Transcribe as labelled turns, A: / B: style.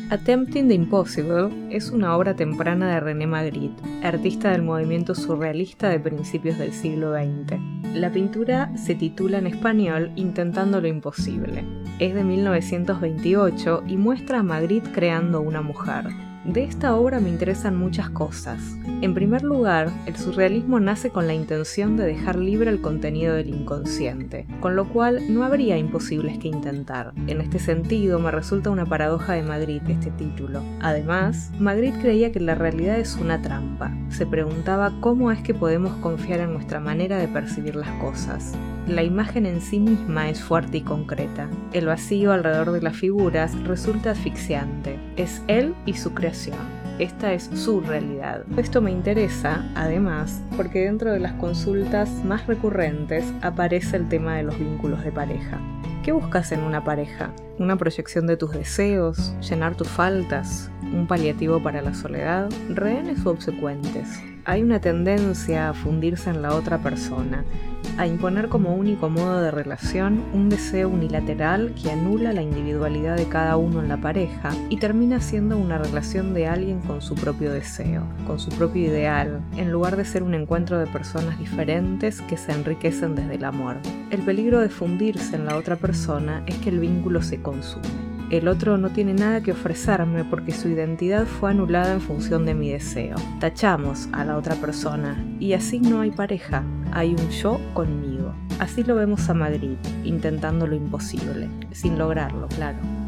A: Attempting the Impossible es una obra temprana de René Magritte, artista del movimiento surrealista de principios del siglo XX. La pintura se titula en español Intentando lo imposible. Es de 1928 y muestra a Magritte creando una mujer. De esta obra me interesan muchas cosas. En primer lugar, el surrealismo nace con la intención de dejar libre el contenido del inconsciente, con lo cual no habría imposibles que intentar. En este sentido, me resulta una paradoja de Magritte este título. Además, Magritte creía que la realidad es una trampa. Se preguntaba cómo es que podemos confiar en nuestra manera de percibir las cosas. La imagen en sí misma es fuerte y concreta. El vacío alrededor de las figuras resulta asfixiante. Es él y su creación. Esta es su realidad. Esto me interesa, además, porque dentro de las consultas más recurrentes aparece el tema de los vínculos de pareja. ¿Qué buscas en una pareja? ¿Una proyección de tus deseos? ¿Llenar tus faltas? ¿Un paliativo para la soledad? ¿Rehenes o obsecuentes? Hay una tendencia a fundirse en la otra persona, a imponer como único modo de relación un deseo unilateral que anula la individualidad de cada uno en la pareja y termina siendo una relación de alguien con su propio deseo, con su propio ideal, en lugar de ser un encuentro de personas diferentes que se enriquecen desde el amor. El peligro de fundirse en la otra persona es que el vínculo se consume. El otro no tiene nada que ofrecerme porque su identidad fue anulada en función de mi deseo. Tachamos a la otra persona y así no hay pareja, hay un yo conmigo. Así lo vemos a Magritte, intentando lo imposible, sin lograrlo, claro.